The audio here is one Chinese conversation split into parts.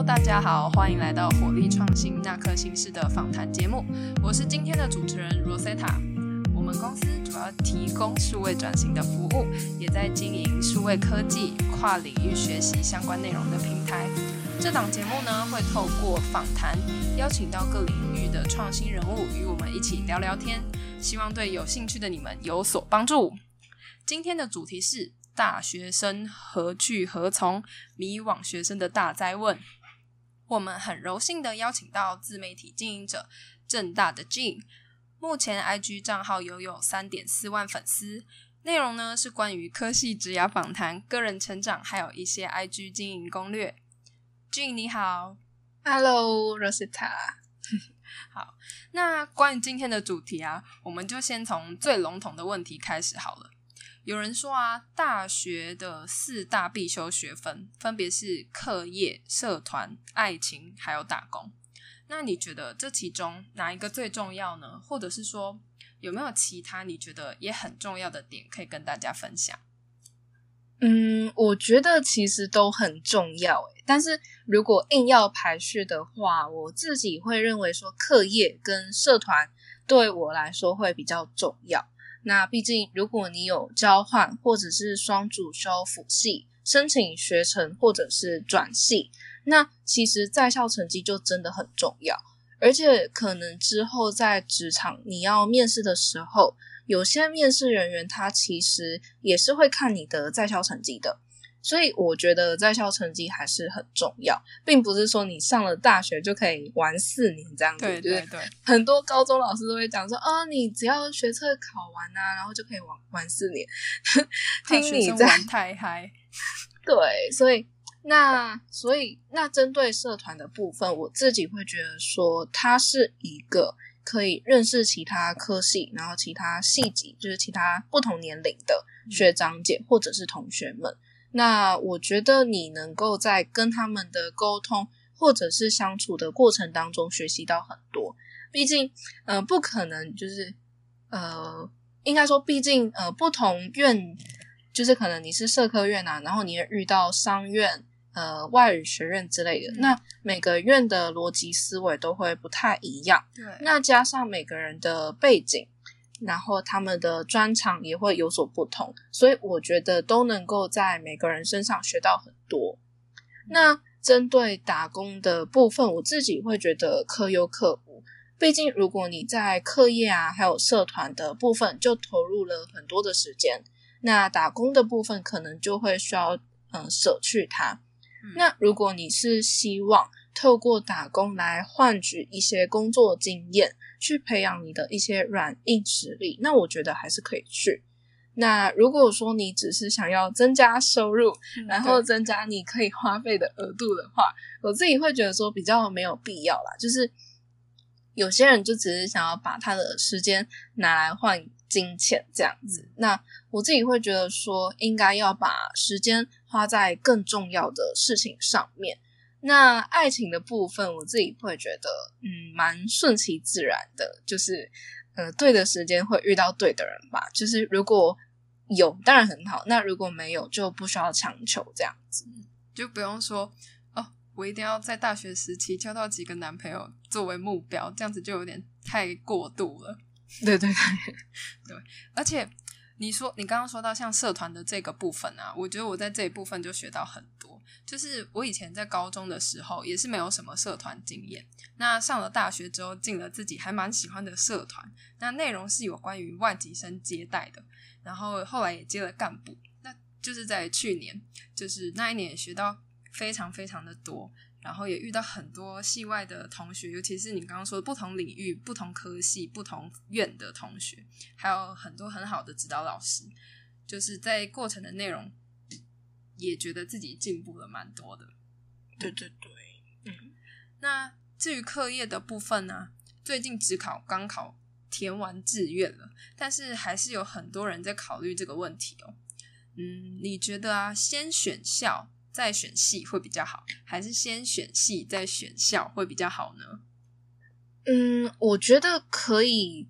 Hello， 大家好，欢迎来到火力创新那颗星式的访谈节目，我是今天的主持人 Rosetta。我们公司主要提供数位转型的服务，也在经营数位科技、跨领域学习相关内容的平台。这档节目呢，会透过访谈，邀请到各领域的创新人物与我们一起聊聊天，希望对有兴趣的你们有所帮助。今天的主题是大学生何去何从？迷惘学生的大哉问。我们很荣幸的邀请到自媒体经营者政大的 Jean， 目前 IG 账号拥有 3.4 万粉丝，内容呢是关于科系职涯访谈、个人成长，还有一些 IG 经营攻略。Jean 你好。 Hello Rosetta。 好，那关于今天的主题啊，我们就先从最笼统的问题开始好了。有人说啊，大学的4大必修学分分别是课业、社团、爱情还有打工。那你觉得这其中哪一个最重要呢？或者是说有没有其他你觉得也很重要的点可以跟大家分享？ 我觉得其实都很重要，但是如果硬要排序的话，我自己会认为说课业跟社团对我来说会比较重要。那毕竟如果你有交换或者是双主修辅系，申请学程或者是转系，那其实在校成绩就真的很重要。而且可能之后在职场你要面试的时候，有些面试人员他其实也是会看你的在校成绩的，所以我觉得在校成绩还是很重要，并不是说你上了大学就可以玩4年这样子。 对对对， 就是很多高中老师都会讲说，你只要学测考完啊，然后就可以玩4年。听你在玩太嗨。 对，所以那针对社团的部分，我自己会觉得说它是一个可以认识其他科系，然后其他系级，就是其他不同年龄的学长姐或者是同学们。那我觉得你能够在跟他们的沟通或者是相处的过程当中学习到很多。毕竟不可能就是应该说毕竟不同院，就是可能你是社科院啊，然后你也遇到商院外语学院之类的，那每个院的逻辑思维都会不太一样。 对， 那加上每个人的背景，然后他们的专长也会有所不同，所以我觉得都能够在每个人身上学到很多。那针对打工的部分，我自己会觉得可有可无。毕竟如果你在课业啊还有社团的部分就投入了很多的时间，那打工的部分可能就会需要舍去它。那如果你是希望透过打工来换取一些工作经验，去培养你的一些软硬实力，那我觉得还是可以去。那如果说你只是想要增加收入，然后增加你可以花费的额度的话，我自己会觉得说比较没有必要啦。就是有些人就只是想要把他的时间拿来换金钱这样子，那我自己会觉得说应该要把时间花在更重要的事情上面。那爱情的部分我自己会觉得蛮顺其自然的，就是对的时间会遇到对的人吧，就是如果有当然很好，那如果没有就不需要强求这样子。 就不用说我一定要在大学时期交到几个男朋友作为目标，这样子就有点太过度了。 对对对对，而且你刚刚说到像社团的这个部分啊，我觉得我在这一部分就学到很多。就是我以前在高中的时候也是没有什么社团经验，那上了大学之后进了自己还蛮喜欢的社团，那内容是有关于外籍生接待的，然后后来也接了干部。那就是在去年，就是那一年也学到非常非常的多，然后也遇到很多系外的同学，尤其是你刚刚说的不同领域、不同科系、不同院的同学，还有很多很好的指导老师，就是在过程的内容也觉得自己进步了蛮多的。 对对对。 那至于课业的部分呢，最近刚考填完志愿了，但是还是有很多人在考虑这个问题哦。你觉得啊，先选校再选系会比较好，还是先选系再选校会比较好呢？ 我觉得可以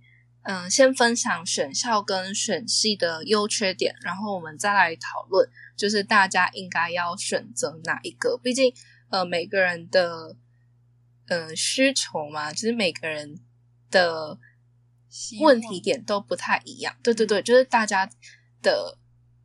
先分享选校跟选系的优缺点，然后我们再来讨论就是大家应该要选择哪一个。毕竟每个人的需求嘛，就是每个人的问题点都不太一样。对对对，就是大家的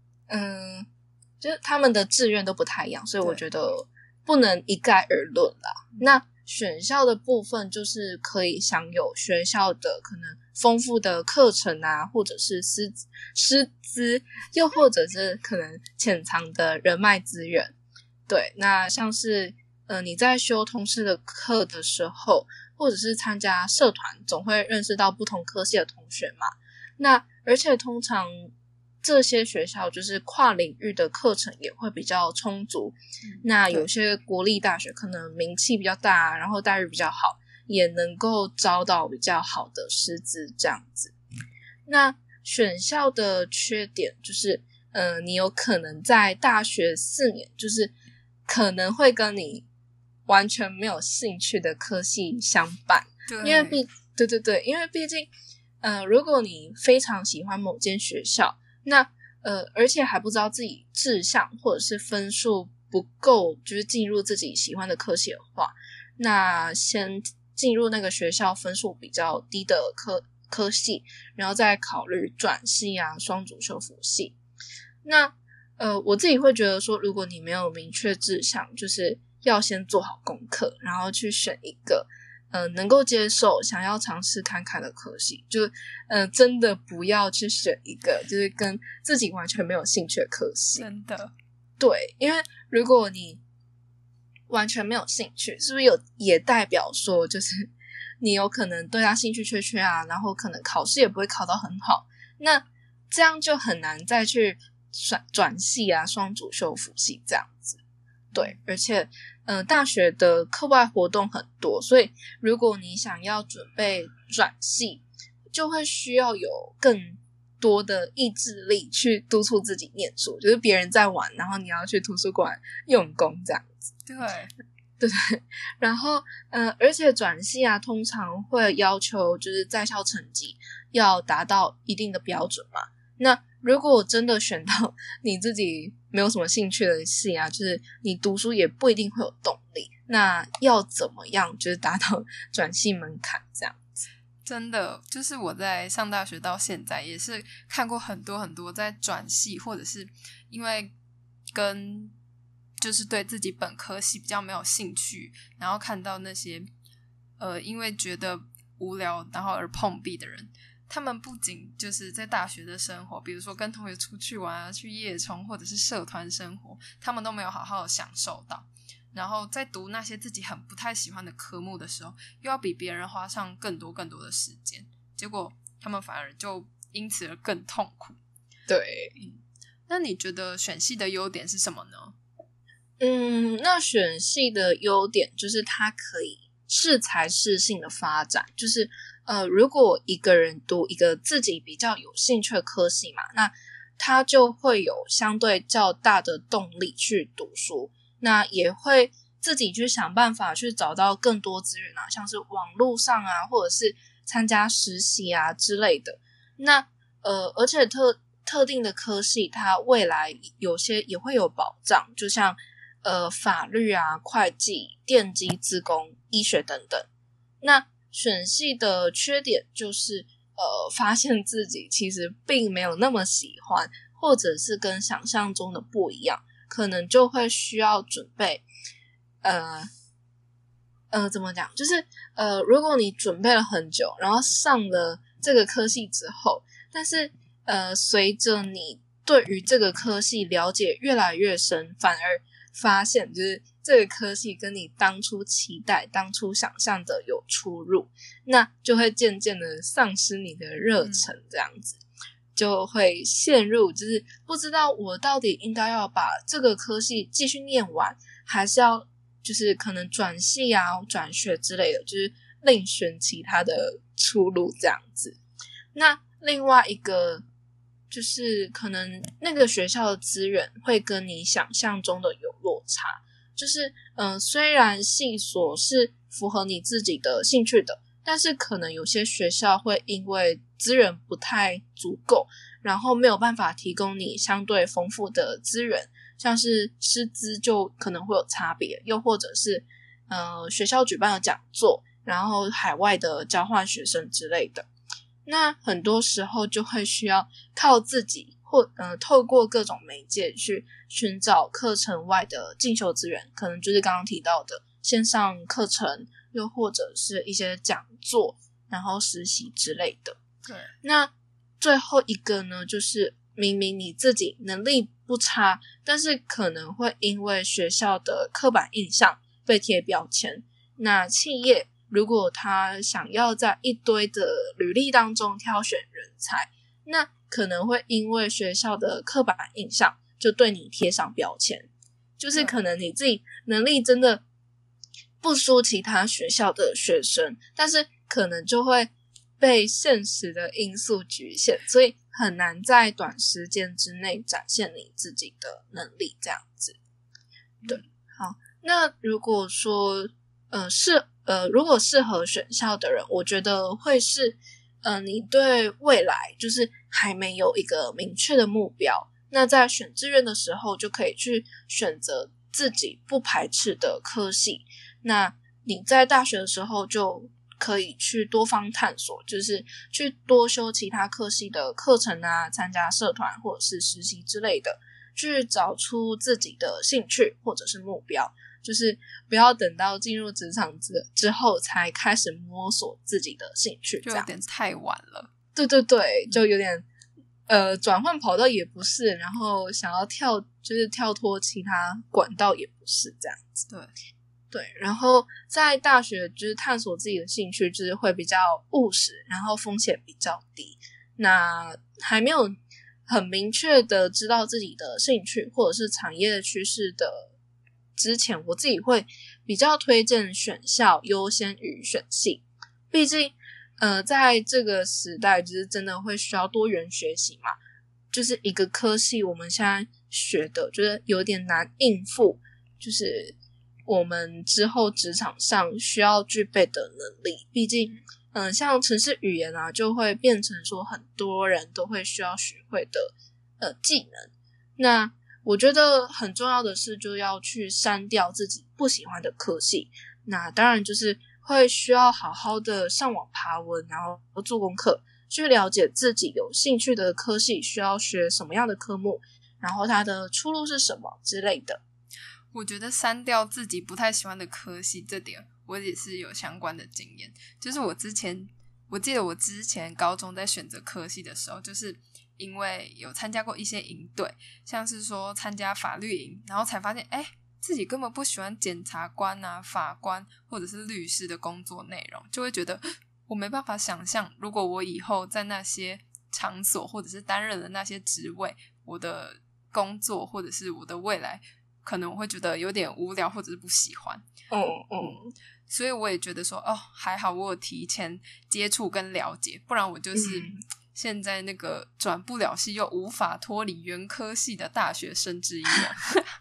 就是他们的志愿都不太一样，所以我觉得不能一概而论啦。那选校的部分就是可以享有学校的可能丰富的课程啊，或者是师资，又或者是可能潜藏的人脉资源。对，那像是你在修通识的课的时候，或者是参加社团，总会认识到不同科系的同学嘛。那而且通常这些学校就是跨领域的课程也会比较充足。那有些国立大学可能名气比较大，然后待遇比较好，也能够招到比较好的师资这样子。那选校的缺点就是你有可能在大学4年就是可能会跟你完全没有兴趣的科系相伴。 对， 因为毕竟如果你非常喜欢某间学校，那而且还不知道自己志向或者是分数不够就是进入自己喜欢的科系的话，那先进入那个学校分数比较低的科系，然后再考虑转系啊、双主修辅系。那我自己会觉得说，如果你没有明确志向，就是要先做好功课，然后去选一个能够接受想要尝试看看的科系。就真的不要去选一个就是跟自己完全没有兴趣的科系。 真的对，因为如果你完全没有兴趣，是不是也代表说就是你有可能对他兴趣缺啊，然后可能考试也不会考到很好，那这样就很难再去转系啊、双主修辅系这样子。对，而且大学的课外活动很多，所以如果你想要准备转系，就会需要有更多的意志力去督促自己念书，就是别人在玩，然后你要去图书馆用功这样子。对，然后而且转系啊，通常会要求就是在校成绩要达到一定的标准嘛。那如果真的选到你自己没有什么兴趣的系啊，就是你读书也不一定会有动力，那要怎么样就是达到转系门槛这样子。 真的就是我在上大学到现在也是看过很多很多在转系，或者是因为跟就是对自己本科系比较没有兴趣，然后看到那些因为觉得无聊然后而碰壁的人，他们不仅就是在大学的生活，比如说跟同学出去玩啊、去夜冲或者是社团生活，他们都没有好好的享受到，然后在读那些自己很不太喜欢的科目的时候，又要比别人花上更多的时间，结果他们反而就因此而更痛苦。 对， 那你觉得选系的优点是什么呢？ 那选系的优点就是它可以适才适性的发展，就是如果一个人读一个自己比较有兴趣的科系嘛，那他就会有相对较大的动力去读书，那也会自己去想办法去找到更多资源啊，像是网络上啊，或者是参加实习啊之类的。那而且特定的科系它未来有些也会有保障，就像法律啊、会计、电机、资工、医学等等。那选系的缺点就是发现自己其实并没有那么喜欢，或者是跟想象中的不一样，可能就会需要准备怎么讲，就是如果你准备了很久，然后上了这个科系之后，但是随着你对于这个科系了解越来越深，反而发现就是这个科系跟你当初期待、当初想象的有出入，那就会渐渐的丧失你的热忱，这样子就会陷入就是不知道我到底应该要把这个科系继续念完，还是要就是可能转系啊、转学之类的，就是另寻其他的出路这样子。那另外一个就是可能那个学校的资源会跟你想象中的有落差，就是虽然系所是符合你自己的兴趣的，但是可能有些学校会因为资源不太足够，然后没有办法提供你相对丰富的资源，像是师资就可能会有差别，又或者是学校举办的讲座，然后海外的交换学生之类的。那很多时候就会需要靠自己或透过各种媒介去寻找课程外的进修资源，可能就是刚刚提到的线上课程，又或者是一些讲座，然后实习之类的。 对， 那最后一个呢，就是明明你自己能力不差，但是可能会因为学校的刻板印象被贴标签。那企业如果他想要在一堆的履历当中挑选人才，那可能会因为学校的刻板印象就对你贴上标签，就是可能你自己能力真的不输其他学校的学生，但是可能就会被现实的因素局限，所以很难在短时间之内展现你自己的能力这样子。对，好，那如果说如果适合选校的人，我觉得会是你对未来就是还没有一个明确的目标，那在选志愿的时候就可以去选择自己不排斥的科系。那你在大学的时候就可以去多方探索，就是去多修其他科系的课程啊，参加社团或者是实习之类的，去找出自己的兴趣或者是目标，就是不要等到进入职场之后才开始摸索自己的兴趣， 就有点太晚了。 对对对，就有点转换跑道也不是，然后想要就是跳脱其他管道也不是这样子。对，然后在大学就是探索自己的兴趣，就是会比较务实，然后风险比较低。那还没有很明确的知道自己的兴趣或者是产业的趋势的之前，我自己会比较推荐选校优先于选系。毕竟在这个时代就是真的会需要多元学习嘛，就是一个科系我们现在学的就是有点难应付，就是我们之后职场上需要具备的能力。毕竟像程式语言啊，就会变成说很多人都会需要学会的技能。那我觉得很重要的是就要去删掉自己不喜欢的科系，那当然就是会需要好好的上网爬文，然后做功课，去了解自己有兴趣的科系需要学什么样的科目，然后它的出路是什么之类的。 我觉得删掉自己不太喜欢的科系这点我也是有相关的经验，就是我记得我之前高中在选择科系的时候，就是因为有参加过一些营队，像是说参加法律营，然后才发现自己根本不喜欢检察官啊、法官或者是律师的工作内容，就会觉得我没办法想象如果我以后在那些场所或者是担任的那些职位，我的工作或者是我的未来可能我会觉得有点无聊或者是不喜欢。所以我也觉得说还好我有提前接触跟了解，不然我就是现在那个转不了系又无法脱离原科系的大学生之一了。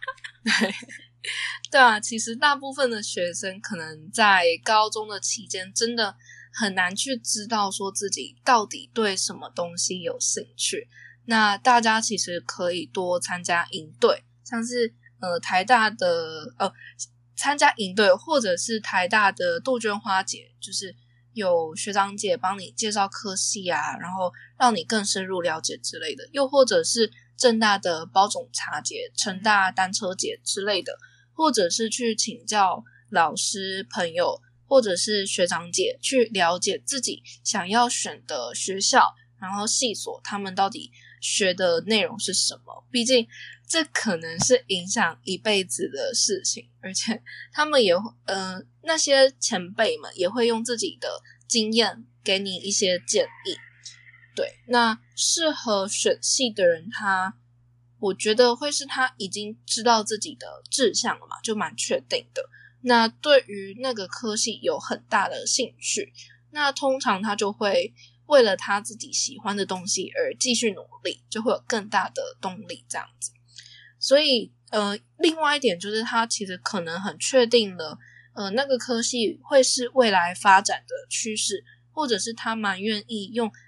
对啊，其实大部分的学生可能在高中的期间真的很难去知道说自己到底对什么东西有兴趣。那大家其实可以多参加营队，像是台大的参加营队，或者是台大的杜鹃花节，就是有学长姐帮你介绍科系啊，然后让你更深入了解之类的，又或者是政大的包种茶节、成大单车节之类的，或者是去请教老师、朋友或者是学长姐，去了解自己想要选的学校，然后系所他们到底学的内容是什么。毕竟这可能是影响一辈子的事情，而且他们也那些前辈们也会用自己的经验给你一些建议。对，那适合选系的人，我觉得会是他已经知道自己的志向了嘛，就蛮确定的。那对于那个科系有很大的兴趣，那通常他就会为了他自己喜欢的东西而继续努力，就会有更大的动力这样子。所以另外一点就是他其实可能很确定了那个科系会是未来发展的趋势，或者是他蛮愿意用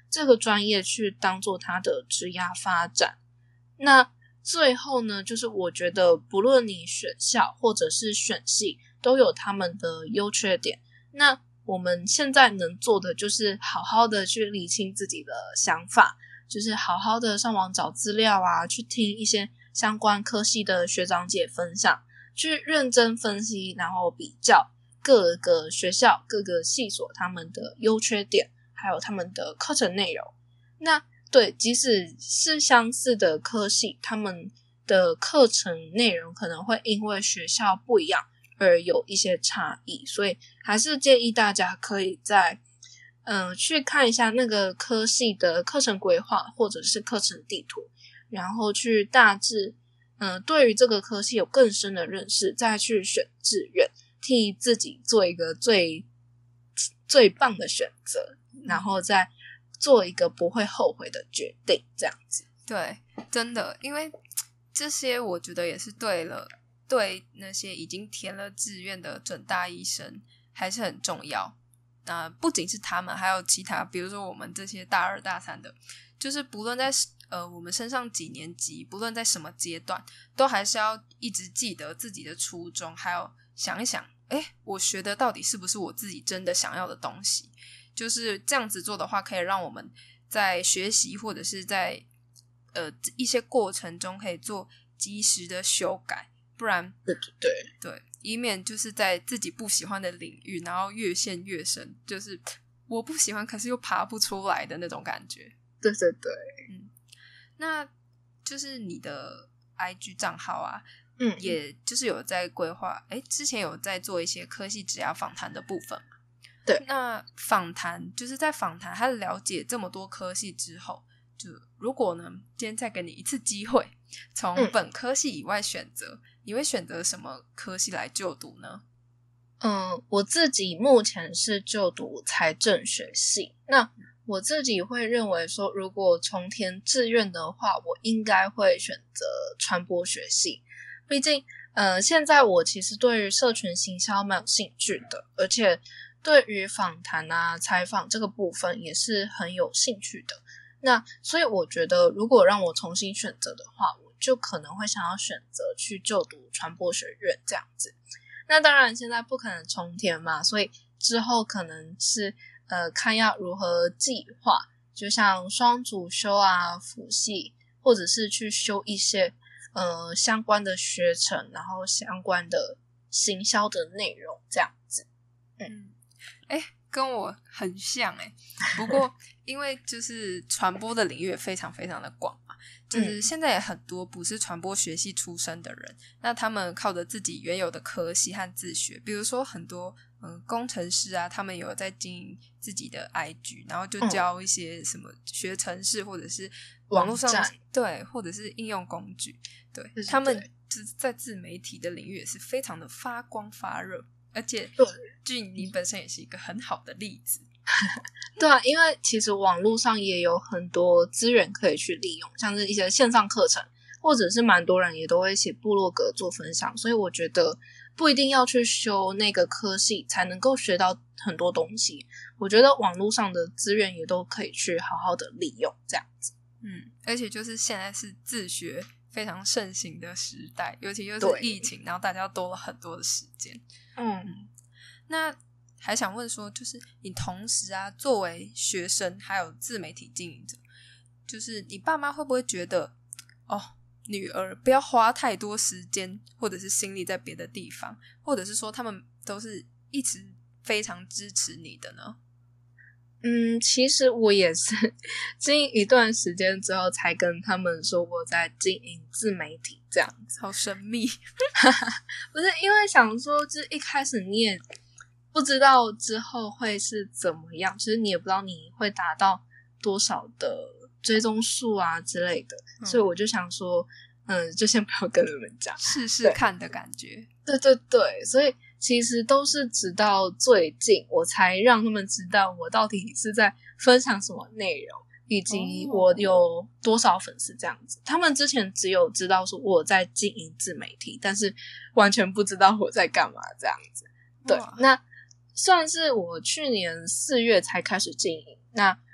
这个专业去当做他的职涯发展。那最后呢，就是我觉得不论你选校或者是选系，都有他们的优缺点。那我们现在能做的就是好好的去理清自己的想法，就是好好的上网找资料啊，去听一些相关科系的学长姐分享，去认真分析，然后比较各个学校各个系所他们的优缺点，还有他们的课程内容。那对，即使是相似的科系，他们的课程内容可能会因为学校不一样而有一些差异，所以还是建议大家可以在去看一下那个科系的课程规划或者是课程地图，然后去大致对于这个科系有更深的认识，再去选志愿，替自己做一个最棒的选择，然后再做一个不会后悔的决定，这样子。 对，真的，因为这些我觉得也是对那些已经填了志愿的准大医生还是很重要。不仅是他们，还有其他，比如说我们这些大二大三的，就是不论在我们升上几年级，不论在什么阶段，都还是要一直记得自己的初衷，还有想一想，我学的到底是不是我自己真的想要的东西。就是这样子做的话，可以让我们在学习或者是在一些过程中可以做及时的修改，不然对，以免就是在自己不喜欢的领域，然后越陷越深，就是我不喜欢可是又爬不出来的那种感觉。 对对对， 那就是你的 IG 账号啊，也就是有在规划，之前有在做一些科系职涯访谈的部分。 对， 那访谈就是在访谈他了解这么多科系之后，就如果呢今天再给你一次机会从本科系以外选择，你会选择什么科系来就读呢？ 我自己目前是就读财政学系。那我自己会认为说，如果重填志愿的话，我应该会选择传播学系。毕竟现在我其实对于社群行销蛮有兴趣的，而且对于访谈啊采访这个部分也是很有兴趣的。那所以我觉得如果让我重新选择的话，我就可能会想要选择去就读传播学院这样子。那当然现在不可能重填嘛，所以之后可能是看要如何计划，就像双主修啊辅系，或者是去修一些相关的学程，然后相关的行销的内容这样子。 跟我很像不过因为就是传播的领域也非常非常的广嘛，就是现在也很多不是传播学系出身的人，那他们靠着自己原有的科系和自学，比如说很多工程师啊，他们有在经营自己的 IG， 然后就教一些什么学程式或者是网络上对，或者是应用工具，对，他们就是在自媒体的领域也是非常的发光发热，而且俊你本身也是一个很好的例子。 对啊，因为其实网络上也有很多资源可以去利用，像是一些线上课程，或者是蛮多人也都会写部落格做分享，所以我觉得不一定要去修那个科系才能够学到很多东西，我觉得网络上的资源也都可以去好好的利用这样子。 而且就是现在是自学非常盛行的时代，尤其又是疫情，然后大家多了很多的时间。那还想问说，就是你同时啊作为学生还有自媒体经营者，就是你爸妈会不会觉得女儿不要花太多时间或者是心力在别的地方，或者是说他们都是一直非常支持你的呢？ 其实我也是经营一段时间之后才跟他们说我在经营自媒体这样子。 好神秘。 不是，因为想说就是一开始你也不知道之后会是怎么样，其实你也不知道你会达到多少的追踪数啊之类的，所以我就想说就先不要跟你们讲， 试试看的感觉。 对对对，所以其实都是直到最近我才让他们知道我到底是在分享什么内容，以及我有多少粉丝这样子。他们之前只有知道说我在经营自媒体，但是完全不知道我在干嘛这样子。对，那算是我去年4月才开始经营，那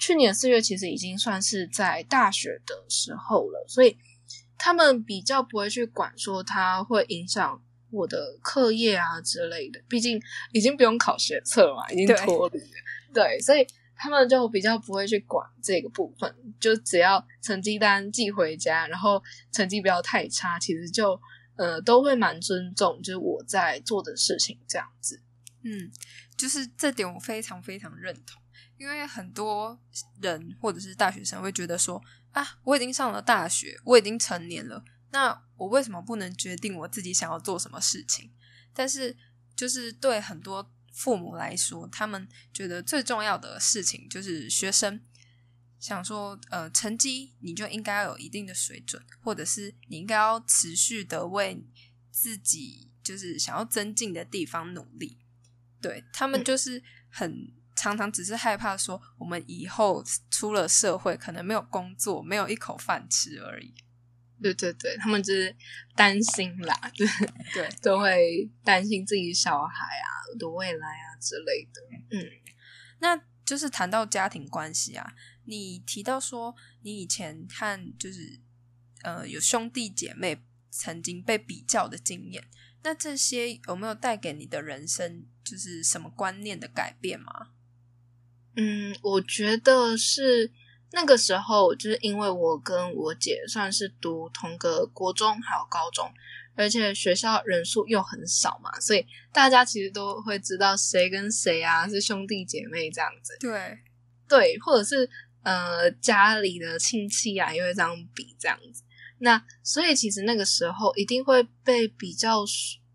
去年4月其实已经算是在大学的时候了，所以他们比较不会去管说它会影响我的课业啊之类的，毕竟已经不用考学测嘛，已经脱离了。对，所以他们就比较不会去管这个部分，就只要成绩单寄回家，然后成绩不要太差，其实就都会蛮尊重就是我在做的事情这样子。 就是这点我非常非常认同，因为很多人或者是大学生会觉得说啊，我已经上了大学，我已经成年了，那我为什么不能决定我自己想要做什么事情？但是就是对很多父母来说，他们觉得最重要的事情就是学生想说成绩你就应该要有一定的水准，或者是你应该要持续的为自己就是想要增进的地方努力。对，他们就是常常只是害怕说我们以后出了社会可能没有工作，没有一口饭吃而已。 对对对，他们就是担心啦，就是对， 都会担心自己小孩啊的未来啊之类的。 那就是谈到家庭关系啊，你提到说你以前和就是有兄弟姐妹曾经被比较的经验，那这些有没有带给你的人生就是什么观念的改变吗？ 我觉得是那个时候，就是因为我跟我姐算是读同个国中还有高中，而且学校人数又很少嘛，所以大家其实都会知道谁跟谁啊是兄弟姐妹这样子。对，或者是家里的亲戚啊也会这样比这样子。那所以其实那个时候一定会被比较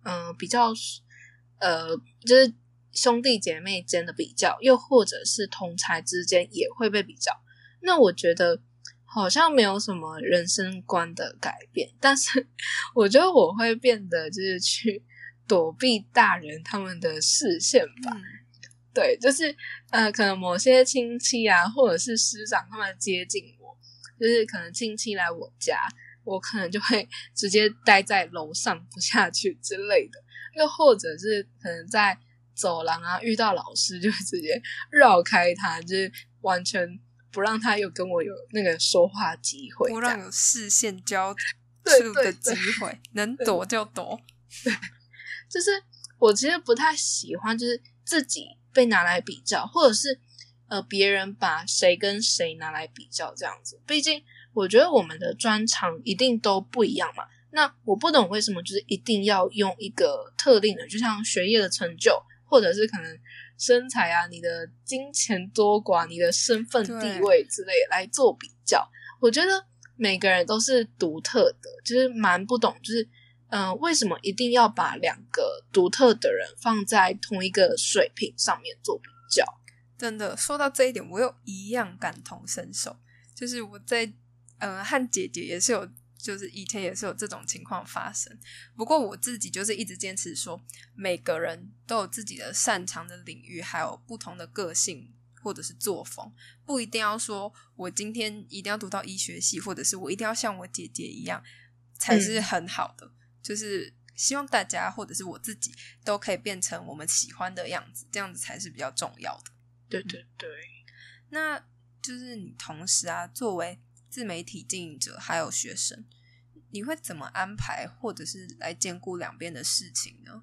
就是兄弟姐妹间的比较，又或者是同侪之间也会被比较。那我觉得好像没有什么人生观的改变，但是我觉得我会变得就是去躲避大人他们的视线吧。对，就是可能某些亲戚啊或者是师长他们接近我，就是可能亲戚来我家，我可能就会直接待在楼上不下去之类的，又或者是可能在走廊啊遇到老师就会直接绕开他，就是完全不让他跟我有那个说话机会， 不让有视线交触的机会，能躲就躲。 对，就是我其实不太喜欢就是自己被拿来比较，或者是别人把谁跟谁拿来比较这样子。毕竟我觉得我们的专长一定都不一样嘛，那我不懂为什么就是一定要用一个特定的，就像学业的成就，或者是可能身材啊，你的金钱多寡，你的身份地位之类的来做比较。我觉得每个人都是独特的，就是蛮不懂就是为什么一定要把两个独特的人放在同一个水平上面做比较。 真的说到这一点，我有一样感同身受，就是我在和姐姐也是有，就是以前也是有这种情况发生。不过我自己就是一直坚持说，每个人都有自己的擅长的领域，还有不同的个性或者是作风，不一定要说我今天一定要读到医学系，或者是我一定要像我姐姐一样才是很好的。就是希望大家或者是我自己都可以变成我们喜欢的样子，这样子才是比较重要的。 对对对。 那就是你同时啊，作为自媒体经营者还有学生，你会怎么安排或者是来兼顾两边的事情呢？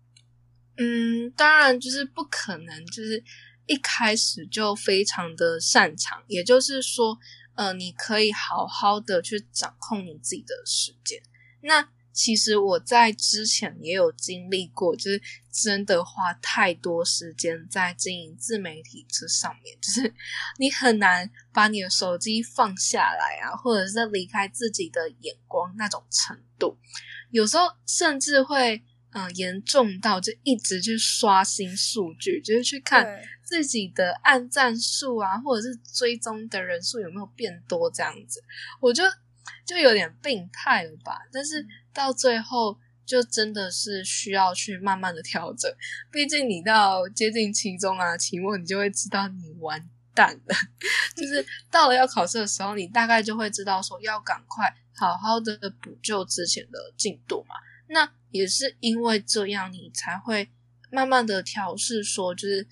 当然就是不可能就是一开始就非常的擅长，也就是说你可以好好的去掌控你自己的时间。那其实我在之前也有经历过，就是真的花太多时间在经营自媒体这上面，就是你很难把你的手机放下来啊，或者是离开自己的眼光那种程度。有时候甚至会严重到就一直去刷新数据，就是去看自己的按赞数啊，或者是追踪的人数有没有变多这样子。我就有点病态了吧，但是到最后就真的是需要去慢慢的调整，毕竟你到接近期中啊期末，你就会知道你完蛋了就是到了要考试的时候，你大概就会知道说要赶快好好的补救之前的进度嘛。那也是因为这样，你才会慢慢的调试说就是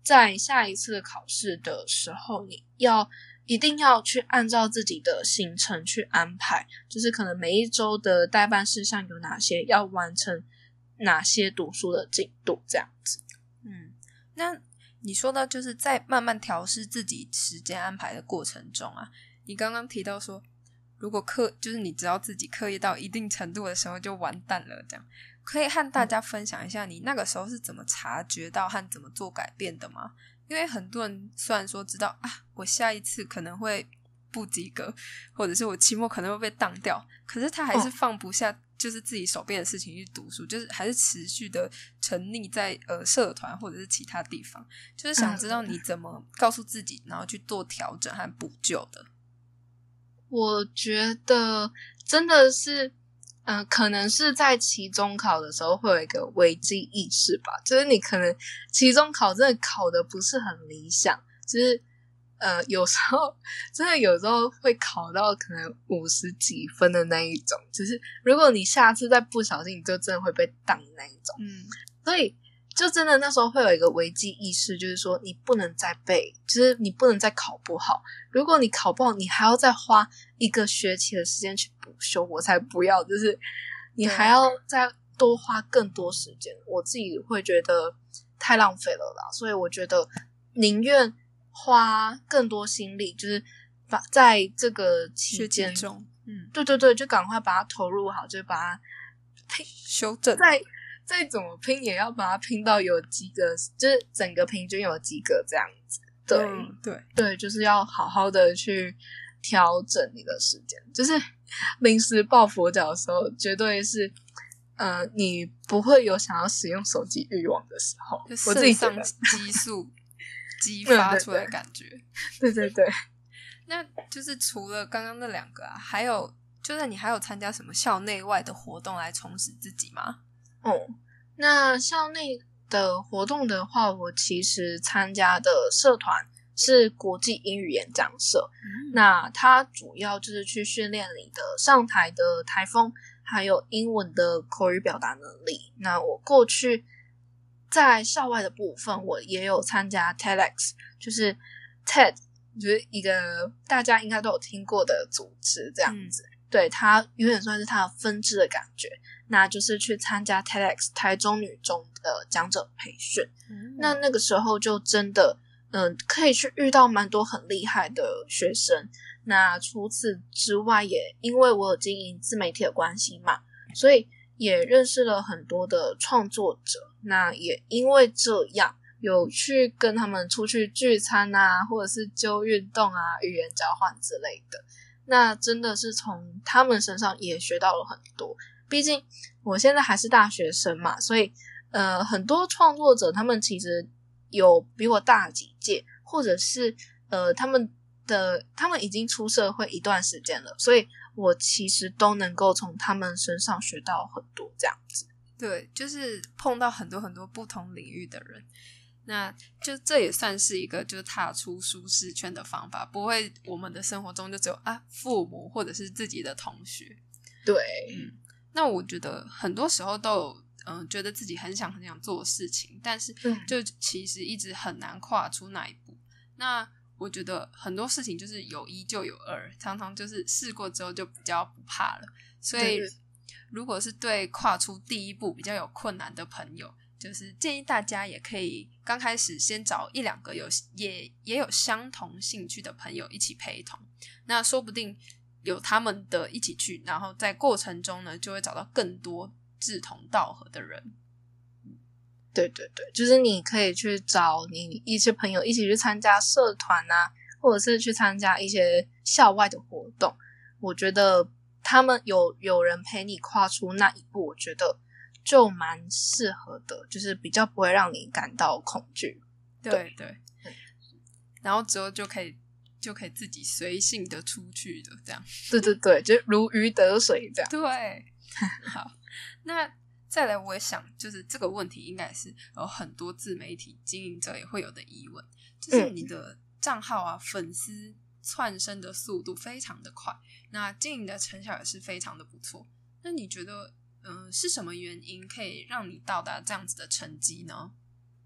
在下一次的考试的时候，你一定要去按照自己的行程去安排，就是可能每一周的待办事项有哪些，要完成哪些读书的进度这样子。 那你说到就是在慢慢调试自己时间安排的过程中啊，你刚刚提到说如果就是你只要自己刻意到一定程度的时候就完蛋了，这样可以和大家分享一下你那个时候是怎么察觉到和怎么做改变的吗？因为很多人虽然说知道啊，我下一次可能会不及格，或者是我期末可能会被当掉，可是他还是放不下就是自己手边的事情去读书，就是还是持续的沉溺在社团或者是其他地方，就是想知道你怎么告诉自己然后去做调整和补救的。 我觉得真的是可能是在期中考的时候会有一个危机意识吧，就是你可能期中考真的考的不是很理想，就是有时候真的有时候会考到可能50几分的那一种，就是如果你下次再不小心，你就真的会被当那一种。所以就真的那时候会有一个危机意识，就是说你不能再背，就是你不能再考不好。如果你考不好，你还要再花1个学期的时间去补修，我才不要，就是你还要再多花更多时间，我自己会觉得太浪费了啦。所以我觉得宁愿花更多心力，就是在这个期间中对对对，就赶快把它投入好，就把它修正， 再怎么拼也要把它拼到有及格，就是整个平均有及格这样子。对、对，就是要好好的去调整你的时间，就是临时抱佛脚的时候绝对是你不会有想要使用手机欲望的时候，我自己觉得激素激发出来的感觉。 对对对。 那就是除了刚刚那2个啊，还有就是你还有参加什么校内外的活动来充实自己吗？ 那校内的活动的话，我其实参加的社团是国际英语演讲社，那它主要就是去训练你的上台的台风，还有英文的口语表达能力。那我过去在校外的部分，我也有参加 TEDx， 就是 TED， 就是一个大家应该都有听过的组织这样子。对，它有点算是它的分支的感觉，那就是去参加 TEDx 台中女中的讲者培训。那个时候就真的可以去遇到蛮多很厉害的学生。那除此之外，也因为我有经营自媒体的关系嘛，所以也认识了很多的创作者。那也因为这样有去跟他们出去聚餐啊，或者是揪运动啊、语言交换之类的。那真的是从他们身上也学到了很多，毕竟我现在还是大学生嘛，所以很多创作者他们其实有比我大几届，或者是他们已经出社会一段时间了，所以我其实都能够从他们身上学到很多这样子。 对，就是碰到很多很多不同领域的人，那就这也算是一个就是踏出舒适圈的方法，不会我们的生活中就只有父母或者是自己的同学。 对， 那我觉得很多时候都有觉得自己很想做的事情，但是就其实一直很难跨出那一步。那我觉得很多事情就是有一就有二，常常就是试过之后就比较不怕了。所以如果是对跨出第一步比较有困难的朋友，就是建议大家也可以刚开始先找1-2个也有相同兴趣的朋友一起陪同，那说不定有他们的一起去，然后在过程中呢就会找到更多志同道合的人。 对对对，就是你可以去找你一些朋友一起去参加社团啊，或者是去参加一些校外的活动。我觉得他们有人陪你跨出那一步，我觉得就蛮适合的，就是比较不会让你感到恐惧。 对对，然后之后就可以自己随性的出去的这样。 对对对，就如鱼得水这样。 对，好，那再来我也想就是这个问题应该是有很多自媒体经营者也会有的疑问，就是你的账号啊粉丝窜升的速度非常的快，那经营的成效也是非常的不错，那你觉得是什么原因可以让你到达这样子的成绩呢？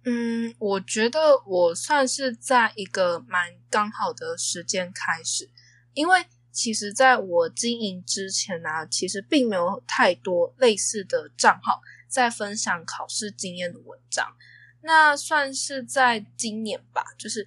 我觉得我算是在一个蛮刚好的时间开始，因为其实在我经营之前啊，其实并没有太多类似的账号在分享考试经验的文章。那算是在今年吧，就是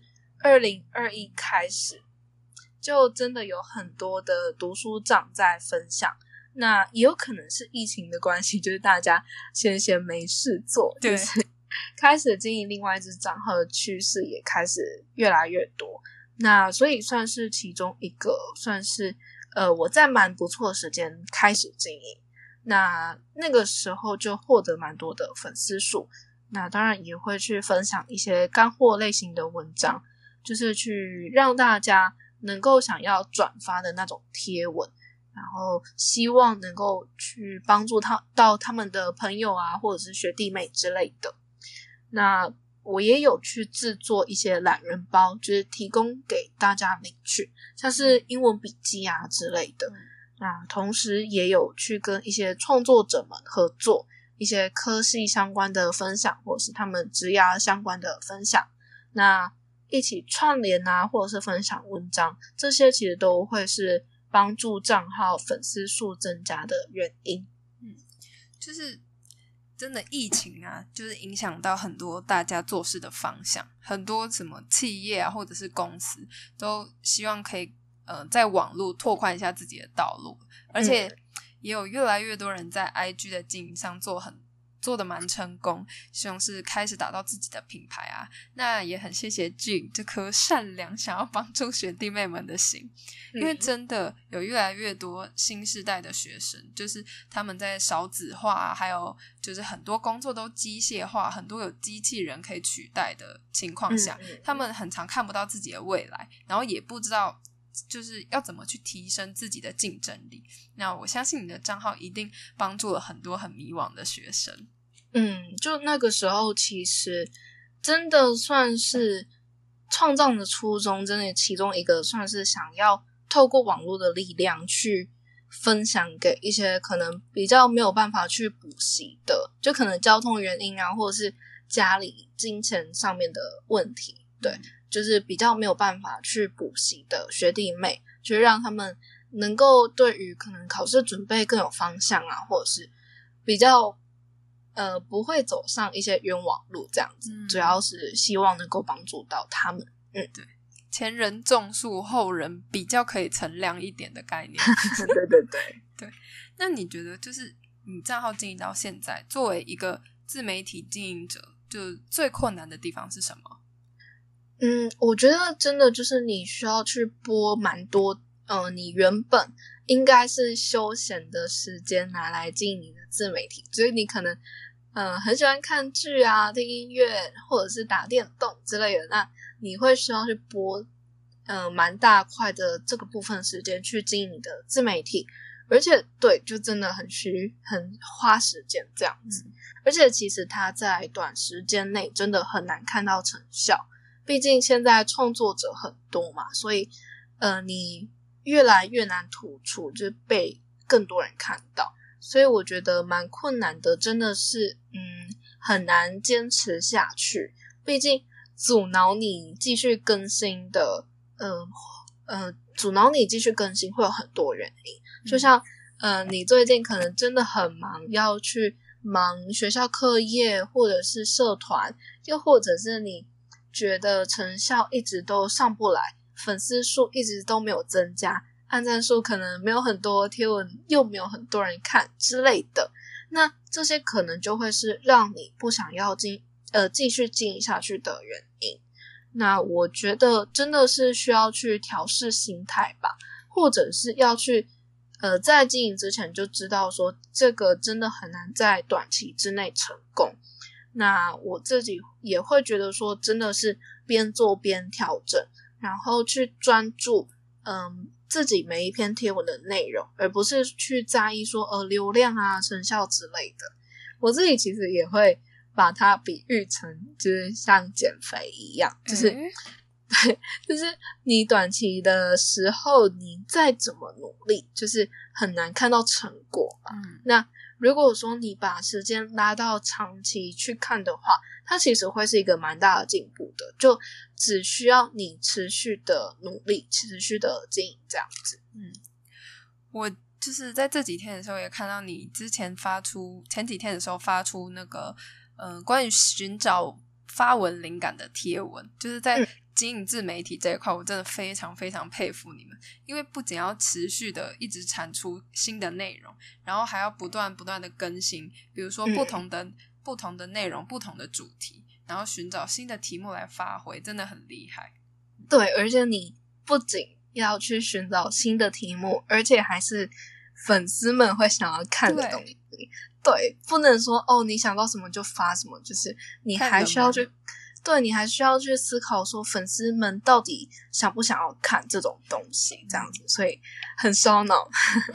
2021开始，就真的有很多的读书账在分享。那也有可能是疫情的关系，就是大家闲没事做， 对， 就是开始经营另外一支账号的趋势也开始越来越多。那所以算是其中一个，算是我在蛮不错的时间开始经营。那个时候就获得蛮多的粉丝数。那当然也会去分享一些干货类型的文章，就是去让大家能够想要转发的那种贴文，然后希望能够去帮助到他们的朋友啊，或者是学弟妹之类的。那我也有去制作一些懒人包，就是提供给大家领取，像是英文笔记啊之类的。那同时也有去跟一些创作者们合作，一些科系相关的分享，或者是他们职涯相关的分享，那一起串联啊，或者是分享文章，这些其实都会是帮助账号粉丝数增加的原因。 就是真的疫情啊，就是影响到很多大家做事的方向，很多什么企业啊，或者是公司都希望可以在网络拓宽一下自己的道路，而且也有越来越多人在 IG 的经营上做得蛮成功，希望是开始打造自己的品牌啊。那也很谢谢 Jing 这颗善良想要帮助学弟妹们的心，因为真的有越来越多新世代的学生，就是他们在少子化啊，还有就是很多工作都机械化，很多有机器人可以取代的情况下，他们很常看不到自己的未来，然后也不知道就是要怎么去提升自己的竞争力。那我相信你的账号一定帮助了很多很迷惘的学生。 就那个时候其实真的算是创造的初衷，真的其中一个算是想要透过网络的力量去分享给一些可能比较没有办法去补习的，就可能交通原因啊，或者是家里金钱上面的问题，对，就是比较没有办法去补习的学弟妹，就让他们能够对于可能考试准备更有方向啊，或者是比较不会走上一些冤枉路这样子，主要是希望能够帮助到他们。对， 前人种树，后人比较可以乘凉一点的概念。对。那你觉得就是你账号经营到现在，作为一个自媒体经营者，就最困难的地方是什么？ 我觉得真的就是你需要去拨蛮多你原本应该是休闲的时间拿来经营你的自媒体，就是你可能很喜欢看剧啊、听音乐或者是打电动之类的，那你会需要去拨蛮大块的这个部分时间去经营你的自媒体，而且对，就真的很花时间这样子，而且其实它在短时间内真的很难看到成效，毕竟现在创作者很多嘛，所以你越来越难突出，就是被更多人看到，所以我觉得蛮困难的，真的是很难坚持下去，毕竟阻挠你继续更新的阻挠你继续更新会有很多原因，就像你最近可能真的很忙，要去忙学校课业或者是社团，又或者是你觉得成效一直都上不来，粉丝数一直都没有增加，按赞数可能没有很多，贴文又没有很多人看之类的，那这些可能就会是让你不想要继续经营下去的原因。那我觉得真的是需要去调试心态吧，或者是要去在经营之前就知道说这个真的很难在短期之内成功。那我自己也会觉得说真的是边做边调整，然后去专注自己每一篇贴文的内容，而不是去在意说流量啊、成效之类的。我自己其实也会把它比喻成就是像减肥一样，就是对，就是你短期的时候你再怎么努力，就是很难看到成果嘛。那如果说你把时间拉到长期去看的话， 它其实会是一个蛮大的进步的，就只需要你持续的努力，持续的经营这样子。 我就是在这几天的时候也看到你之前前几天的时候发出那个关于寻找发文灵感的贴文，就是在经营自媒体这一块，我真的非常非常佩服你们，因为不仅要持续的一直产出新的内容，然后还要不断的更新，比如说不同的内容、不同的主题，然后寻找新的题目来发挥，真的很厉害。 对，而且你不仅要去寻找新的题目，而且还是粉丝们会想要看的东西。对，不能说你想到什么就发什么，就是你还需要去你还需要去思考说粉丝们到底想不想要看这种东西这样子，所以很烧脑。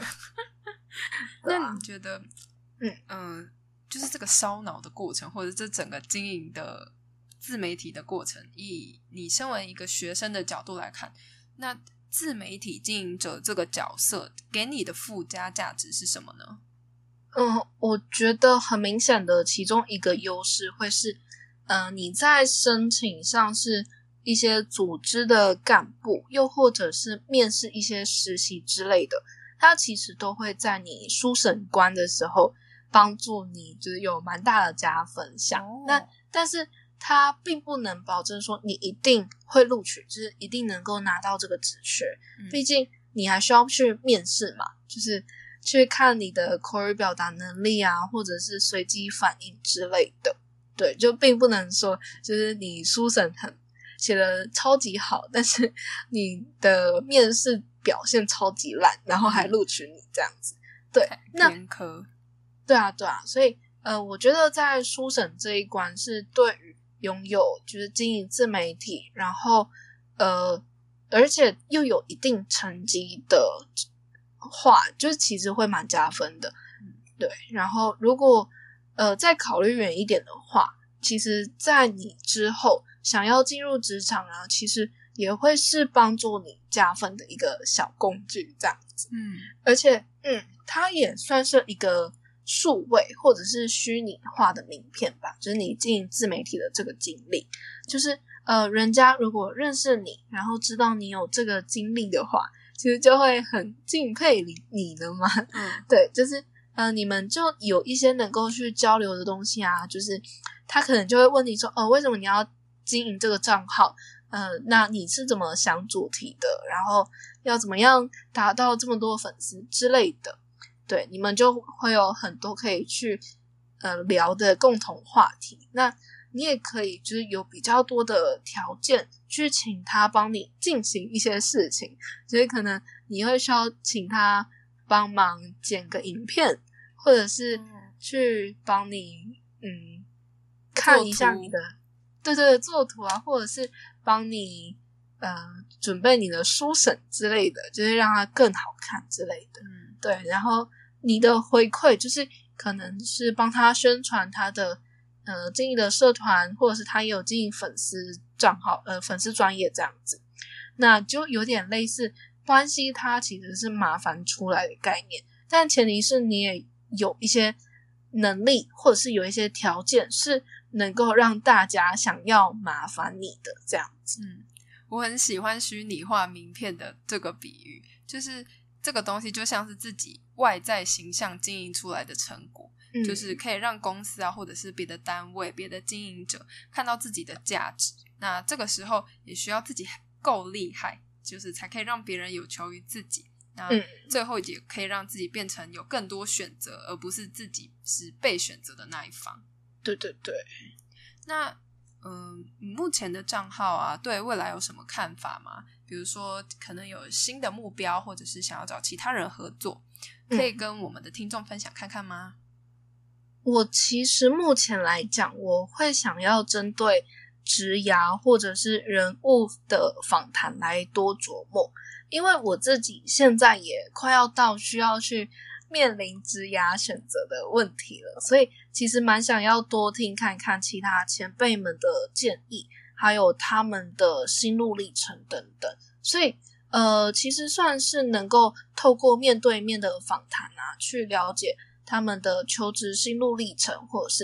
那你觉得就是这个烧脑的过程，或者这整个经营的自媒体的过程，以你身为一个学生的角度来看，那自媒体经营者这个角色给你的附加价值是什么呢？ 我觉得很明显的其中一个优势会是你在申请上是一些组织的干部，又或者是面试一些实习之类的，它其实都会在你书审官的时候帮助你，就是有蛮大的加分项。但是它并不能保证说你一定会录取，就是一定能够拿到这个职缺，毕竟你还需要去面试嘛，就是去看你的口语表达能力啊，或者是随机反应之类的。对，就并不能说就是你书审写得超级好，但是你的面试表现超级烂，然后还录取你这样子。对，那偏科。 对啊，所以我觉得在书审这一关是对于拥有就是经营自媒体，然后而且又有一定成绩的话，就是其实会蛮加分的。对，然后如果再考虑远一点的话，其实在你之后想要进入职场啊，其实也会是帮助你加分的一个小工具这样子。而且它也算是一个数位或者是虚拟化的名片吧，就是你经营自媒体的这个经历，就是人家如果认识你，然后知道你有这个经历的话，其实就会很敬佩你的嘛。对，就是你们就有一些能够去交流的东西啊，就是他可能就会问你说为什么你要经营这个账号，那你是怎么想主题的，然后要怎么样达到这么多粉丝之类的。对，你们就会有很多可以去聊的共同话题。那你也可以就是有比较多的条件去请他帮你进行一些事情，就是可能你会需要请他帮忙剪个影片，或者是去帮你看一下你的对作图啊，或者是帮你准备你的书审之类的，就是让它更好看之类的。对，然后你的回馈就是可能是帮他宣传他的经营的社团，或者是他也有经营粉丝账号粉丝专页这样子，那就有点类似关系它其实是麻烦出来的概念，但前提是你也有一些能力或者是有一些条件是能够让大家想要麻烦你的这样子。 我很喜欢虚拟化名片的这个比喻，就是这个东西就像是自己外在形象经营出来的成果，就是可以让公司啊或者是别的单位别的经营者看到自己的价值，那这个时候也需要自己够厉害，就是才可以让别人有求于自己，那最后也可以让自己变成有更多选择，而不是自己是被选择的那一方。 对， 那目前的账号啊对未来有什么看法吗？比如说可能有新的目标，或者是想要找其他人合作，可以跟我们的听众分享看看吗？ 我其实目前来讲，我会想要针对职涯或者是人物的访谈来多琢磨，因为我自己现在也快要到需要去面临职涯选择的问题了，所以其实蛮想要多听看看其他前辈们的建议，还有他们的心路历程等等，所以其实算是能够透过面对面的访谈啊，去了解他们的求职心路历程，或者是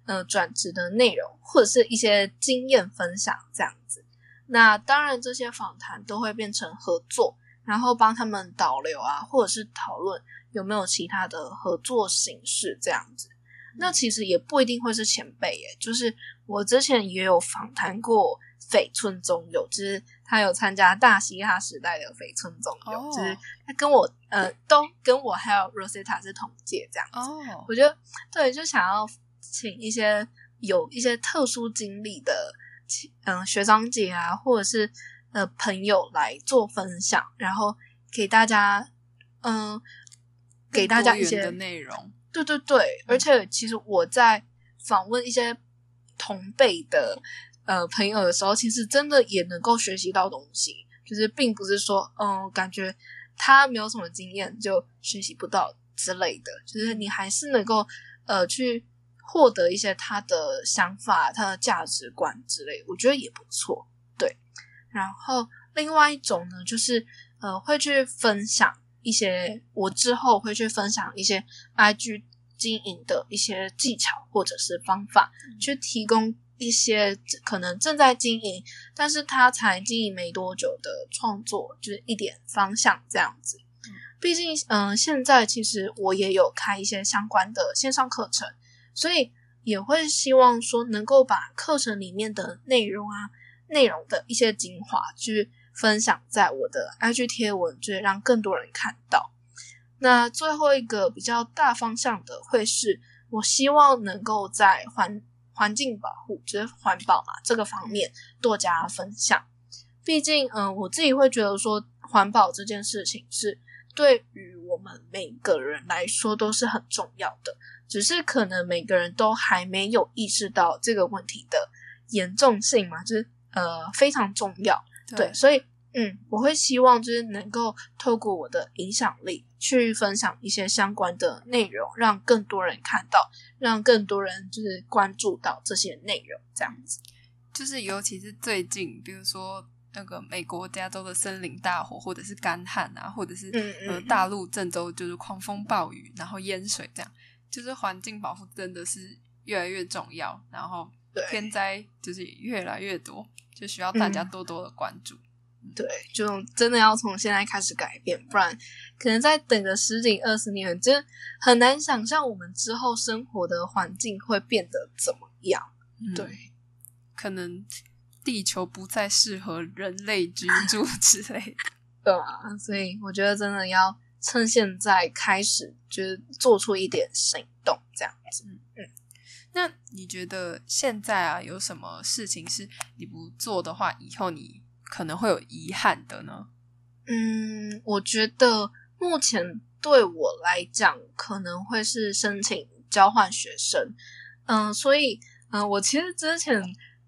转职的内容，或者是一些经验分享这样子。那当然这些访谈都会变成合作，然后帮他们导流啊，或者是讨论有没有其他的合作形式这样子。那其实也不一定会是前辈耶，就是我之前也有访谈过绯村宗佑，就是他有参加大嘻哈时代的绯村宗佑，就是他跟我都跟我还有 Rosetta 是同届这样子。我觉得对，就想要请一些有一些特殊经历的学长姐啊，或者是朋友来做分享，然后给大家给大家一些多元的内容。 对对对，而且其实我在访问一些同辈的朋友的时候，其实真的也能够学习到东西，就是并不是说感觉他没有什么经验就学习不到之类的，就是你还是能够去获得一些他的想法、他的价值观之类的，我觉得也不错。对，然后另外一种呢，就是会去分享一些，我之后会去分享一些 IG 经营的一些技巧或者是方法，去提供一些可能正在经营，但是他才经营没多久的创作，就是一点方向这样子。毕竟现在其实我也有开一些相关的线上课程，所以也会希望说能够把课程里面的内容的一些精华去分享在我的 IG 贴文，就是让更多人看到。那最后一个比较大方向的会是我希望能够在环境保护，就是环保嘛这个方面多加分享。毕竟我自己会觉得说环保这件事情是对于我们每个人来说都是很重要的，只是可能每个人都还没有意识到这个问题的严重性嘛，就是非常重要。 对，所以我会希望就是能够透过我的影响力去分享一些相关的内容，让更多人看到，让更多人就是关注到这些内容这样子。 就是尤其是最近比如说那个美国加州的森林大火，或者是干旱啊，或者是大陆郑州就是狂风暴雨然后淹水，这样就是环境保护真的是越来越重要，然后天灾就是越来越多，就需要大家多多的关注。 对，就真的要从现在开始改变，不然可能再等个10几20年，真的很难想象我们之后生活的环境会变得怎么样。对， 可能地球不再适合人类居住之类的。 对啊，所以我觉得真的要趁现在开始，就是做出一点行动这样子。 那你觉得现在啊，有什么事情是你不做的话，以后你可能会有遗憾的呢？ 我觉得目前对我来讲可能会是申请交换学生。所以我其实之前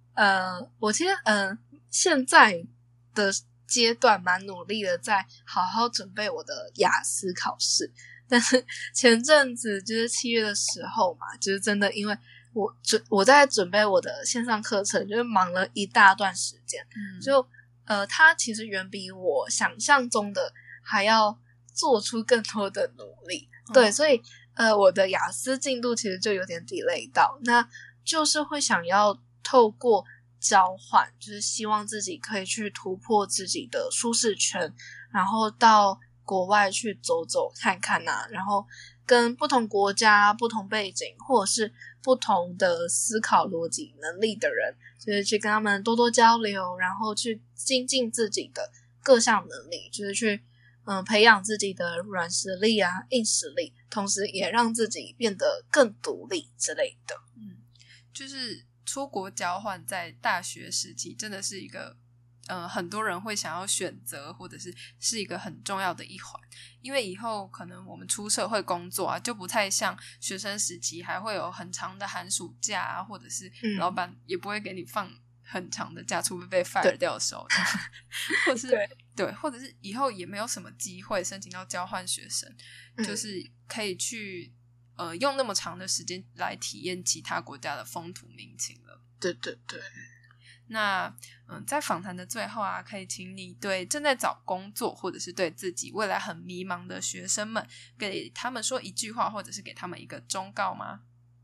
现在的阶段蛮努力的在好好准备我的雅思考试，但是前阵子就是7月的时候嘛，就是真的因为我在准备我的线上课程，就是忙了一大段时间，就它其实远比我想象中的还要做出更多的努力。对，所以我的雅思进度其实就有点 delay 到，那就是会想要透过交换，就是希望自己可以去突破自己的舒适圈，然后到国外去走走看看啊，然后跟不同国家、不同背景或者是不同的思考逻辑能力的人，就是去跟他们多多交流，然后去精进自己的各项能力，就是去培养自己的软实力啊、硬实力，同时也让自己变得更独立之类的。 就是出国交换在大学时期真的是一个很多人会想要选择，或者是一个很重要的一环，因为以后可能我们出社会工作啊，就不太像学生时期还会有很长的寒暑假啊，或者是老板也不会给你放很长的假，除非被 fire 掉的时候，或是对，或者是以后也没有什么机会申请到交换学生，就是可以去用那么长的时间来体验其他国家的风土民情了。 对对对。 那在访谈的最后啊，可以请你对正在找工作或者是对自己未来很迷茫的学生们，给他们说一句话，或者是给他们一个忠告吗？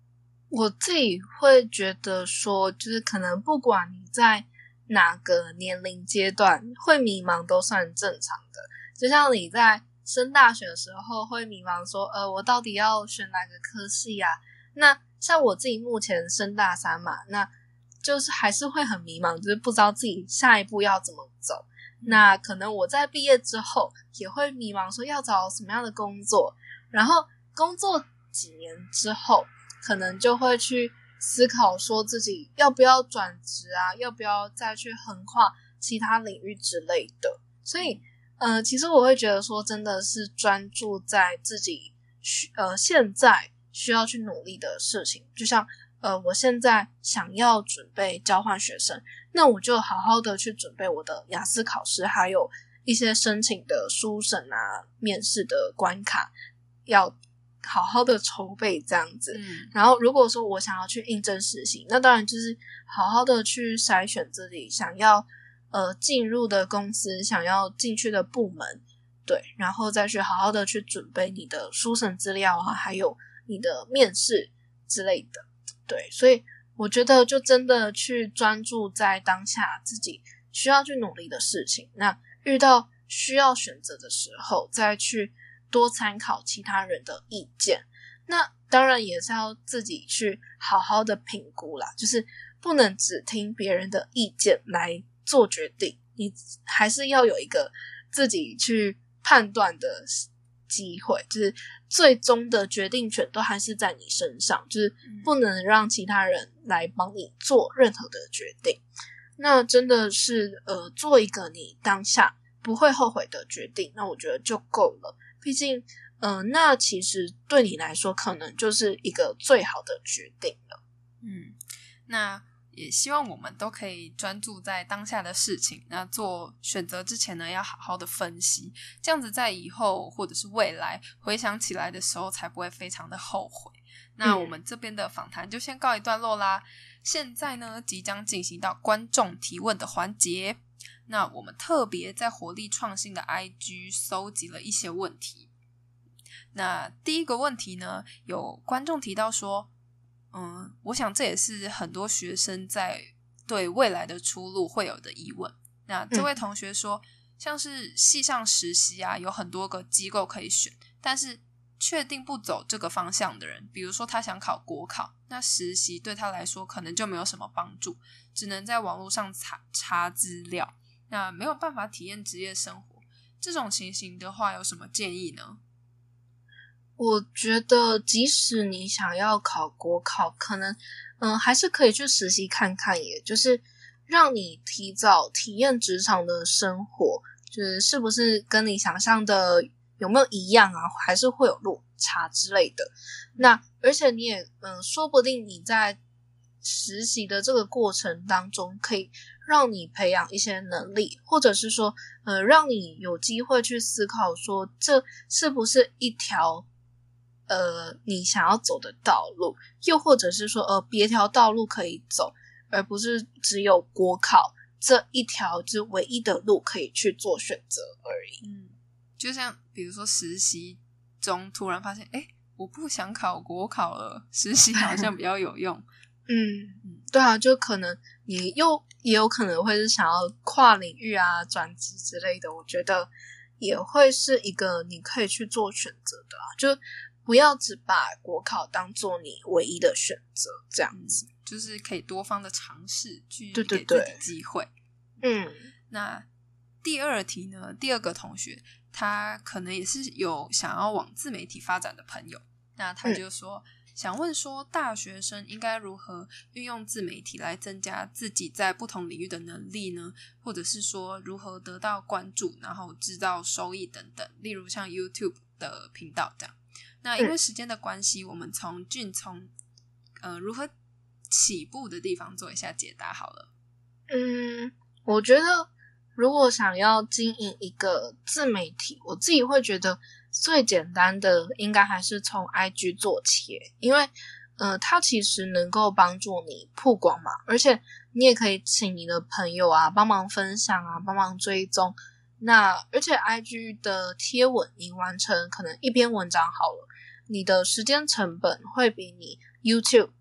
我自己会觉得说，就是可能不管你在哪个年龄阶段会迷茫都算正常的，就像你在升大学的时候会迷茫说我到底要选哪个科系啊，那像我自己目前升大三嘛，那就是还是会很迷茫，就是不知道自己下一步要怎么走。那可能我在毕业之后也会迷茫说要找什么样的工作，然后工作几年之后可能就会去思考说自己要不要转职啊，要不要再去横跨其他领域之类的。所以其实我会觉得说真的是专注在自己现在需要去努力的事情，就像我现在想要准备交换学生，那我就好好的去准备我的雅思考试，还有一些申请的书审啊、面试的关卡，要好好的筹备这样子。然后如果说我想要去应征实习，那当然就是好好的去筛选自己想要进入的公司，想要进去的部门，对，然后再去好好的去准备你的书审资料啊，还有你的面试之类的。对，所以我觉得就真的去专注在当下自己需要去努力的事情，那遇到需要选择的时候再去多参考其他人的意见，那当然也是要自己去好好的评估啦，就是不能只听别人的意见来做决定，你还是要有一个自己去判断的机会，就是最终的决定权都还是在你身上，就是不能让其他人来帮你做任何的决定。那真的是做一个你当下不会后悔的决定，那我觉得就够了。毕竟那其实对你来说可能就是一个最好的决定了。 那也希望我们都可以专注在当下的事情，那做选择之前呢要好好的分析，这样子在以后或者是未来回想起来的时候才不会非常的后悔。那我们这边的访谈就先告一段落啦，现在呢即将进行到观众提问的环节。那我们特别在活力创新的 IG 搜集了一些问题。那第一个问题呢，有观众提到说我想这也是很多学生在对未来的出路会有的疑问。那这位同学说，像是系上实习啊，有很多个机构可以选，但是确定不走这个方向的人，比如说他想考国考，那实习对他来说可能就没有什么帮助，只能在网络上查资料，那没有办法体验职业生活。这种情形的话有什么建议呢？ 我觉得即使你想要考国考，可能还是可以去实习看看，也就是让你提早体验职场的生活，就是是不是跟你想象的有没有一样啊，还是会有落差之类的。那而且你也说不定你在实习的这个过程当中可以让你培养一些能力，或者是说让你有机会去思考说这是不是一条你想要走的道路，又或者是说别条道路可以走，而不是只有国考这一条就是唯一的路可以去做选择而已。 就像比如说实习中突然发现我不想考国考了，实习好像比较有用。 对啊，就可能你也有可能会是想要跨领域啊、转职之类的，我觉得也会是一个你可以去做选择的啊，就不要只把国考当做你唯一的选择，这样子， 就是可以多方的尝试去给自己机会。那第二题呢，第二个同学他可能也是有想要往自媒体发展的朋友，那他就说想问说大学生应该如何运用自媒体来增加自己在不同领域的能力呢？或者是说如何得到关注然后制造收益等等，例如像 YouTube 的频道这样。那因为时间的关系，我们从如何起步的地方做一下解答好了。 我觉得如果想要经营一个自媒体，我自己会觉得最简单的应该还是从 IG 做起，因为它其实能够帮助你曝光嘛，而且你也可以请你的朋友啊帮忙分享啊，帮忙追踪。那而且 IG 的贴文你完成可能一篇文章好了，你的时间成本会比你 YouTube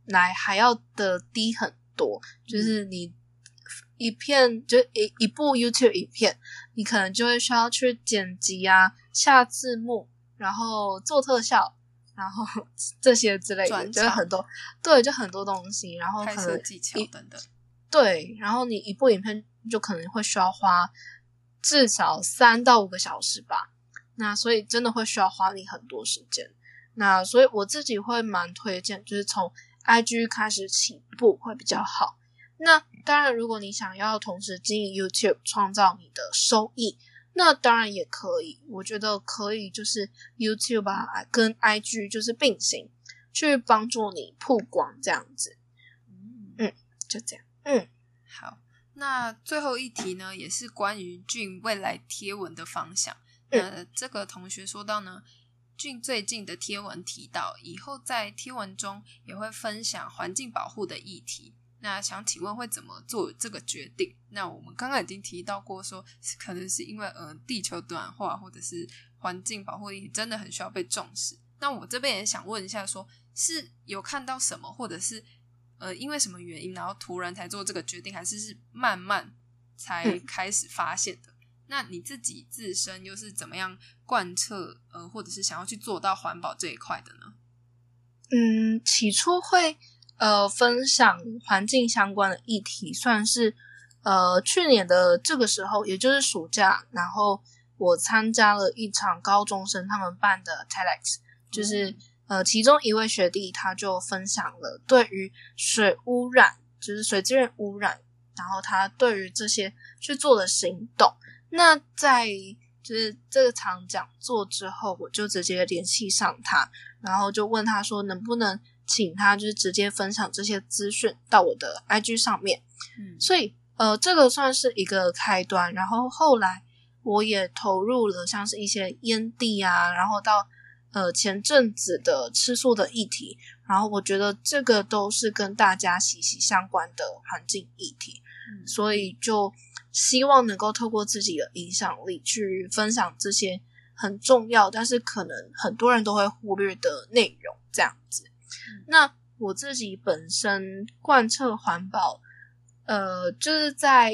来还要的低很多，就是你一部 YouTube 影片，你可能就会需要去剪辑啊、下字幕，然后做特效，然后这些之类的，就是很多，对，就很多东西，然后可能拍摄技巧等等， 对，然后你一部影片就可能会需要花至少3到5个小时吧，那所以真的会需要花你很多时间。那所以我自己会蛮推荐，就是从 IG 开始起步会比较好。那当然，如果你想要同时经营 YouTube 创造你的收益，那当然也可以。我觉得可以，就是 YouTube 啊跟 IG 就是并行，去帮助你曝光这样子。就这样。 好，那最后一题呢，也是关于俊未来贴文的方向。这个同学说到呢，俊最近的贴文提到，以后在贴文中也会分享环境保护的议题。那想请问会怎么做这个决定？那我们刚刚已经提到过说，可能是因为地球暖化或者是环境保护议题真的很需要被重视。那我这边也想问一下说，是有看到什么，或者是因为什么原因，然后突然才做这个决定，还是慢慢才开始发现的？那你自己自身又是怎么样贯彻或者是想要去做到环保这一块的呢？ 起初会分享环境相关的议题，算是去年的这个时候，也就是暑假，然后我参加了一场高中生他们办的 TEDx， 就是其中一位学弟他就分享了对于水污染，就是水资源污染，然后他对于这些去做的行动。那在就是这个场讲座之后，我就直接联系上他，然后就问他说能不能请他就是直接分享这些资讯到我的 IG 上面。所以这个算是一个开端，然后后来我也投入了像是一些烟蒂啊，然后到前阵子的吃素的议题，然后我觉得这个都是跟大家息息相关的环境议题，所以就希望能够透过自己的影响力去分享这些很重要但是可能很多人都会忽略的内容这样子。那我自己本身贯彻环保就是在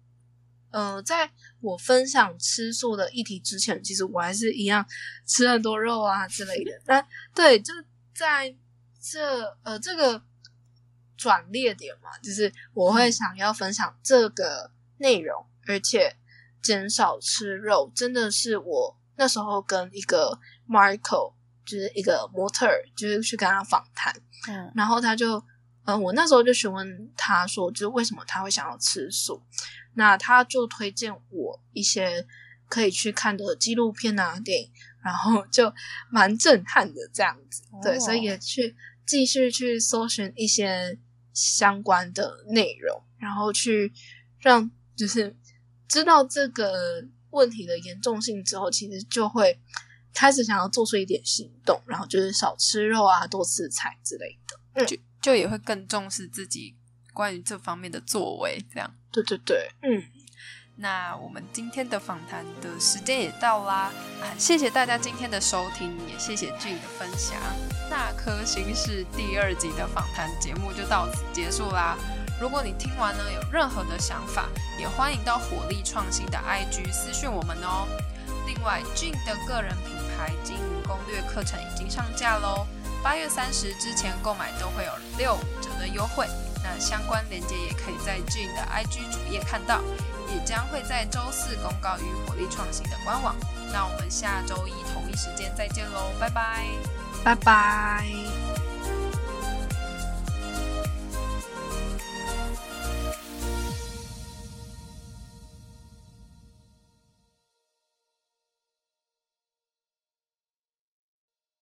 我分享吃素的议题之前，其实我还是一样吃很多肉啊之类的。但对，就在这个转捩点嘛，就是我会想要分享这个内容，而且减少吃肉，真的是我那时候跟一个 Marco， 就是一个模特儿，就是去跟他访谈，然后他就我那时候就询问他说，就是为什么他会想要吃素。那他就推荐我一些可以去看的纪录片啊、电影，然后就蛮震撼的这样子。对，所以也去继续去搜寻一些相关的内容，然后去让就是知道这个问题的严重性之后，其实就会开始想要做出一点行动，然后就是少吃肉啊、多吃菜之类的。 就也会更重视自己关于这方面的作为，这样。 对， 那我们今天的访谈的时间也到啦，谢谢大家今天的收听，也谢谢俊的分享。那颗星是第2集的访谈节目就到此结束啦。如果你听完呢有任何的想法，也欢迎到火力创新的 IG 私讯我们哦。另外，俊的个人品牌经营攻略课程已经上架咯，8月30之前购买都会有65%的优惠。那相关连结也可以在俊的 IG 主页看到，也将会在周4公告于火力创新的官网。那我们下周一同一时间再见咯，拜拜。 拜拜。